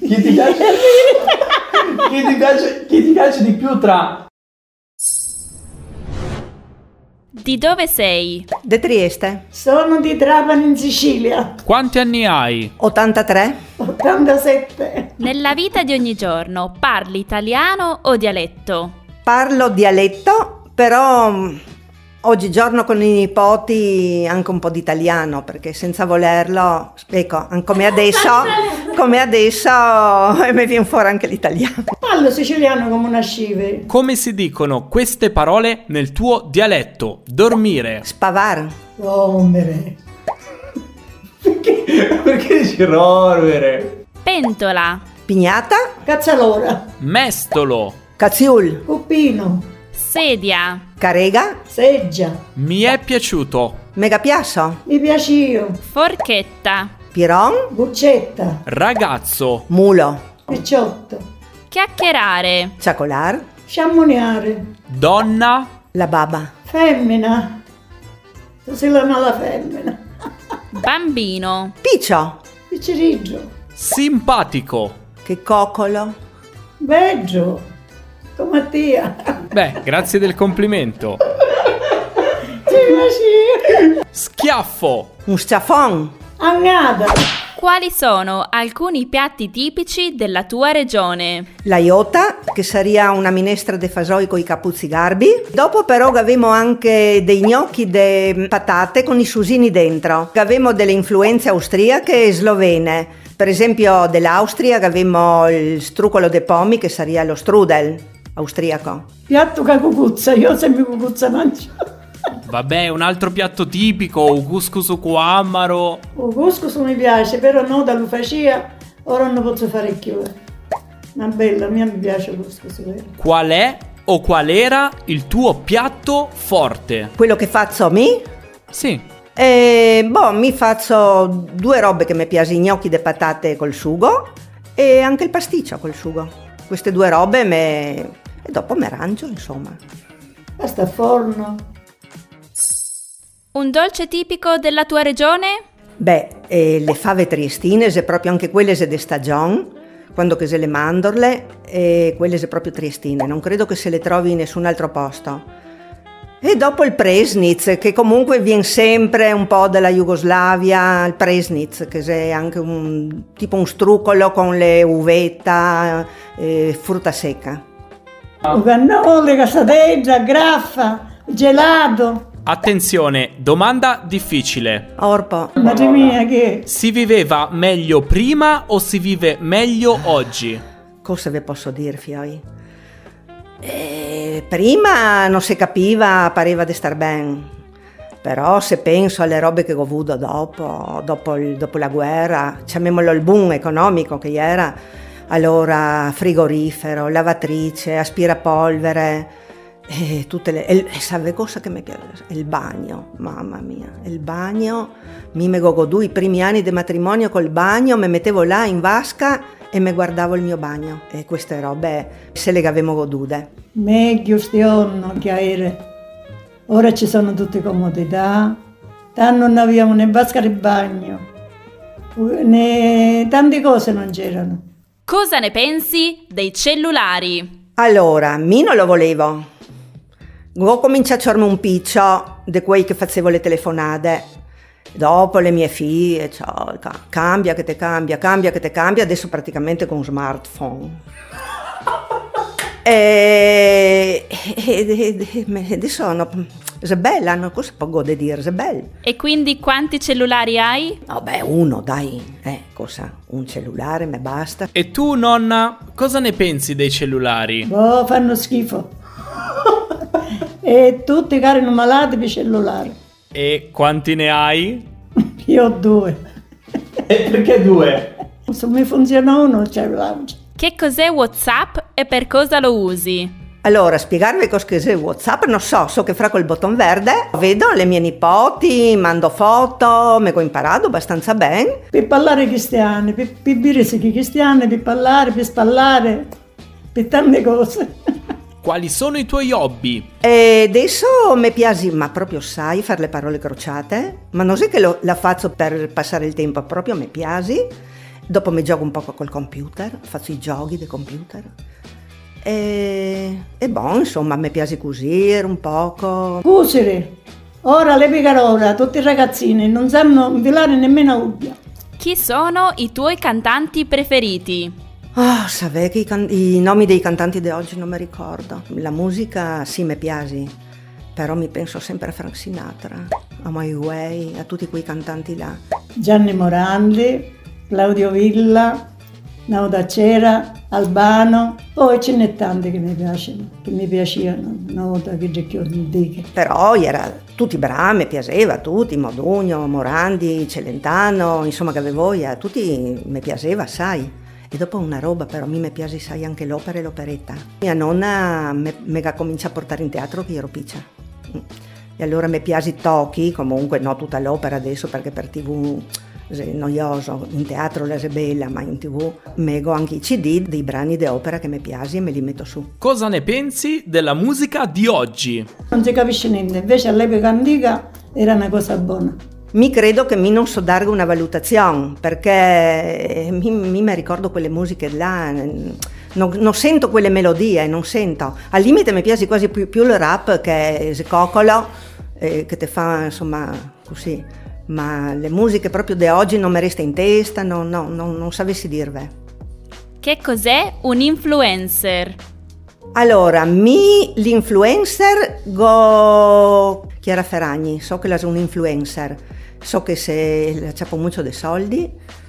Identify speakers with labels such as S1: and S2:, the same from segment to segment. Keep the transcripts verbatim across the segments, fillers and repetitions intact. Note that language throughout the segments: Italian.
S1: Chi ti piace? chi, ti piace chi ti piace di più tra...
S2: Di dove sei?
S3: De Trieste.
S4: Sono di Trapani in Sicilia.
S5: Quanti anni hai?
S3: ottantatré.
S4: ottantasette.
S2: Nella vita di ogni giorno parli italiano o dialetto?
S3: Parlo dialetto, però mh, oggigiorno con i nipoti anche un po' di italiano, perché senza volerlo, ecco, come adesso, come adesso mi viene fuori anche l'italiano.
S4: Parlo siciliano come una scive.
S5: Come si dicono queste parole nel tuo dialetto? Dormire.
S3: Spavar.
S4: Rompere.
S1: Perché, perché dici rompere?
S2: Pentola.
S3: Pignata.
S4: Cazzalora.
S5: Mestolo.
S3: Cazziul.
S4: Cupino.
S2: Sedia.
S3: Carega.
S4: Seggia.
S5: Mi è piaciuto.
S3: Megapiasso.
S4: Mi piace io.
S2: Forchetta.
S3: Piron.
S4: Buccetta.
S5: Ragazzo.
S3: Mulo.
S4: Picciotto.
S2: Chiacchierare.
S3: Ciacolar.
S4: Sciammoniare.
S5: Donna.
S3: La baba.
S4: Femmina. Tu sei la mala femmina.
S2: Bambino.
S3: Piccio.
S4: Picciriggio.
S5: Simpatico.
S3: Che coccolo.
S4: Beggio. Come Mattia.
S5: Beh, grazie del complimento.
S4: Ti piace?
S5: Schiaffo.
S3: Un sciaffon.
S4: Angata.
S2: Quali sono alcuni piatti tipici della tua regione?
S3: La iota, che sarebbe una minestra de fasoi con i capuzzi garbi. Dopo però avevamo anche dei gnocchi de patate con i susini dentro. Avevamo delle influenze austriache e slovene. Per esempio dell'Austria avevamo il strucolo de pomi, che sarebbe lo strudel austriaco.
S4: Piatto che cucuzza. Io sempre cucuzza mangio.
S5: Vabbè, un altro piatto tipico, un couscous cu ammaro.
S4: Il couscous mi piace, però no, da lo faceva, ora non posso fare più. Ma bella, a me mi piace il couscous. Vero?
S5: Qual è o qual era il tuo piatto forte?
S3: Quello che faccio a me?
S5: Sì.
S3: E, boh, mi faccio due robe che mi piace, i gnocchi de patate col sugo e anche il pasticcio col sugo. Queste due robe me... e dopo mi arrangio, insomma.
S4: Pasta a forno.
S2: Un dolce tipico della tua regione?
S3: Beh, eh, le fave triestine, se proprio anche quelle se de stagione, quando che se le mandorle, e quelle se proprio triestine, non credo che se le trovi in nessun altro posto. E dopo il presnitz, che comunque viene sempre un po' dalla Jugoslavia, il presnitz, che è anche un tipo un struccolo con le uvetta e frutta secca.
S4: Il cannoli, cassateggia, graffa, gelato.
S5: Attenzione, domanda difficile.
S3: Orpo.
S4: Madre mia, che...
S5: Si viveva meglio prima o si vive meglio oggi?
S3: Cosa vi posso dire, fioi? Eh, prima non si capiva, pareva di star bene. Però se penso alle robe che ho avuto dopo, dopo, il, dopo la guerra, chiamiamolo il boom economico che era, allora frigorifero, lavatrice, aspirapolvere, e tutte le... E, e salve cosa che mi piace? Il bagno, mamma mia, il bagno, mi me gogodu i primi anni di matrimonio col bagno, mi mettevo là in vasca e mi guardavo il mio bagno. E queste robe se le avevamo godute.
S4: Meglio stionno che era. Ora ci sono tutte comodità, tanto non avevamo né vasca né bagno, né tante cose non c'erano.
S2: Cosa ne pensi dei cellulari?
S3: Allora, mi non lo volevo. Ho cominciato a farmi un piccio di quei che facevo le telefonate. Dopo le mie figlie, ciao, cambia che te cambia, cambia che te cambia, adesso praticamente con smartphone. E, e, e adesso no, sbella, no, cosa può gode dire, sbella.
S2: E quindi quanti cellulari hai?
S3: No, beh, uno, dai, eh, cosa? Un cellulare, me basta.
S5: E tu, nonna, cosa ne pensi dei cellulari?
S4: Boh, fanno schifo. E tutti carino malati per cellulare.
S5: E quanti ne hai?
S4: Io ho due.
S1: E perché due?
S4: Se mi funziona uno, c'è l'altro.
S2: Che cos'è WhatsApp e per cosa lo usi?
S3: Allora, spiegarvi cos'è WhatsApp, non so, so che fra quel bottone verde vedo le mie nipoti, mando foto, me ho imparato abbastanza bene.
S4: Per parlare cristiani, per, per dire sì cristiani, per parlare, per spallare, per tante cose.
S5: Quali sono i tuoi hobby?
S3: E adesso mi piace, ma proprio sai, fare le parole crociate, ma non è che lo, la faccio per passare il tempo, proprio mi piace. Dopo mi gioco un po' col computer, faccio i giochi del computer. E, e boh, insomma, mi piace cucire un poco.
S4: Cucere. Ora le picarora, tutti i ragazzini, non sanno infilare nemmeno ubbia.
S2: Chi sono i tuoi cantanti preferiti?
S3: Oh, sapete che i, can- i nomi dei cantanti di oggi non mi ricordo. La musica sì, mi piace, però mi penso sempre a Frank Sinatra, a My Way, a tutti quei cantanti là.
S4: Gianni Morandi, Claudio Villa, Nauda Cera, Albano, poi ce n'è tanti che mi piacciono, che mi piacevano, una volta che giocavo di diche.
S3: Però era tutti bravi, mi piaceva, tutti, Modugno, Morandi, Celentano, insomma che avevo io, tutti mi piaceva, sai. E dopo una roba, però a me mi piace, sai, anche l'opera e l'operetta. Mia nonna mi ha cominciato a portare in teatro che ero piccia. E allora mi piace tocchi, comunque no tutta l'opera adesso perché per tivù è noioso, in teatro la è bella, ma in tivù mego anche i C D dei brani di opera che mi piace e me li metto su.
S5: Cosa ne pensi della musica di oggi?
S4: Non si capisce niente, invece all'epoca antica era una cosa buona.
S3: Mi credo che mi non so dare una valutazione, perché mi, mi, mi ricordo quelle musiche là, non, non sento quelle melodie, non sento. Al limite mi piace quasi più, più il rap che è coccolo, eh, che ti fa insomma così, ma le musiche proprio di oggi non mi resta in testa, no, no, no, non sapessi dirvi.
S2: Che cos'è un influencer?
S3: Allora, mi l'influencer go Chiara Ferragni, so che è un influencer. So che se c'è molto dei soldi.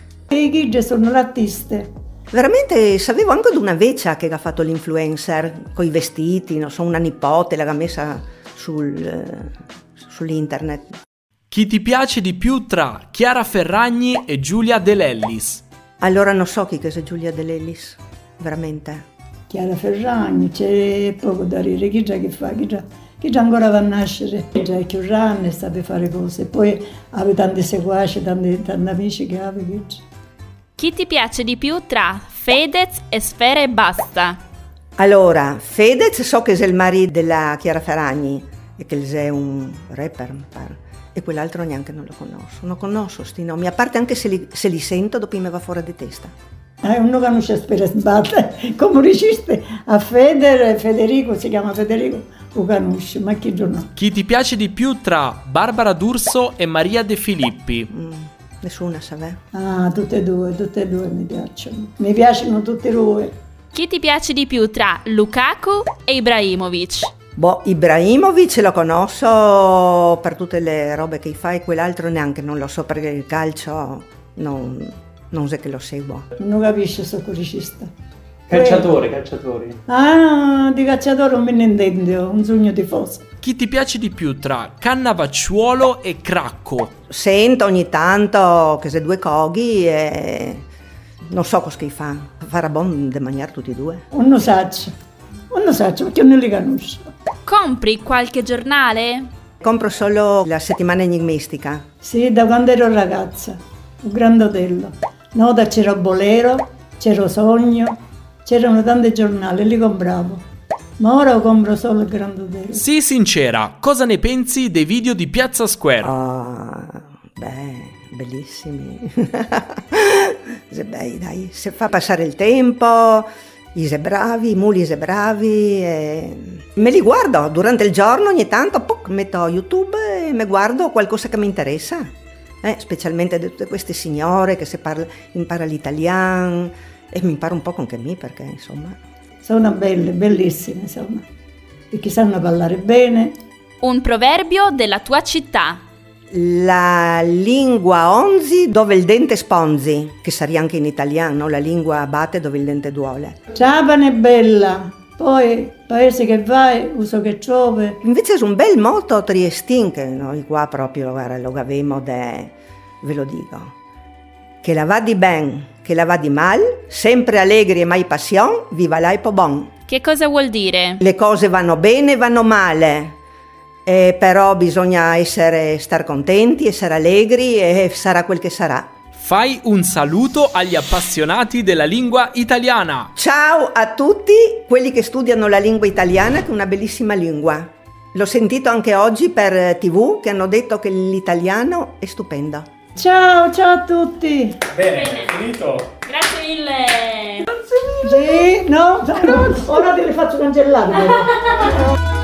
S4: E chi sono l'artista?
S3: Veramente sapevo anche di una vecchia che ha fatto l'influencer con i vestiti, non so, una nipote l'ha messa sul, sull'internet.
S5: Chi ti piace di più tra Chiara Ferragni e Giulia De Lellis?
S3: Allora non so chi che sia Giulia De Lellis, veramente.
S4: Chiara Ferragni, c'è poco da dire, chi già che fa, chi già... Chi già ancora va a nascere, chi già è più grande, sa per fare cose. Poi aveva tanti seguaci, tanti, tanti amici che aveva.
S2: Chi ti piace di più tra Fedez e Sfera Ebbasta?
S3: Allora, Fedez so che è il marito della Chiara Ferragni e che è un rapper, mi pare. E quell'altro neanche non lo conosco. Non conosco sti nomi, a parte anche se li, se li sento dopo mi va fuori di testa.
S4: Eh, uno conosce Sfera Ebbasta, come diceste, a Feder, Federico, si chiama Federico. Lo conosci, ma chi giorno?
S5: Chi ti piace di più tra Barbara D'Urso e Maria De Filippi?
S3: Mm, nessuna sa.
S4: Ah, tutte e due, tutte e due mi piacciono. Mi piacciono tutte e due.
S2: Chi ti piace di più tra Lukaku e Ibrahimovic?
S3: Boh, Ibrahimovic lo conosco per tutte le robe che fa e quell'altro neanche non lo so perché il calcio non, non so che lo seguo.
S4: Non capisce sto coricista.
S1: Calciatori, calciatori.
S4: Ah, di calciatore non me ne intendo, un sogno tifoso.
S5: Chi ti piace di più tra Cannavacciuolo e Cracco?
S3: Sento ogni tanto che se due coghi e non so cosa che fa. Farà buon di mangiare tutti e due.
S4: Non lo saccio, non lo saccio perché non li conosco.
S2: Compri qualche giornale?
S3: Compro solo la settimana enigmistica.
S4: Sì, da quando ero ragazza, un grandotello. No, da c'era Bolero, c'era Sogno. C'erano tanti giornali, li compravo, ma ora compro solo il Grandotello.
S5: Sii sincera, cosa ne pensi dei video di Piazza Square?
S3: Oh, beh, bellissimi. Beh, dai, se fa passare il tempo, i sei bravi, i muli sei bravi. E... me li guardo durante il giorno, ogni tanto poc, metto YouTube e mi guardo qualcosa che mi interessa. Eh, specialmente di tutte queste signore che si parla, impara l'italiano. E mi imparo un po' anche me perché insomma...
S4: Sono belle, bellissime insomma, perché sanno parlare bene.
S2: Un proverbio della tua città.
S3: La lingua onzi dove il dente sponzi, che sarebbe anche in italiano, la lingua batte dove il dente duole.
S4: Trapani è bella, poi paese che vai, uso che ciove.
S3: Invece è un bel motto triestin che noi qua proprio guarda, lo avevamo, de, ve lo dico. Che la va di ben, che la va di mal, sempre allegri e mai passion, viva l'aipo bon.
S2: Che cosa vuol dire?
S3: Le cose vanno bene, vanno male, eh, però bisogna essere, star contenti, essere allegri e sarà quel che sarà.
S5: Fai un saluto agli appassionati della lingua italiana.
S3: Ciao a tutti quelli che studiano la lingua italiana, che è una bellissima lingua. L'ho sentito anche oggi per tivù che hanno detto che l'italiano è stupendo.
S4: Ciao, ciao a tutti.
S5: Bene, è finito.
S2: Grazie mille.
S4: Sì, no, ora te le faccio cancellare.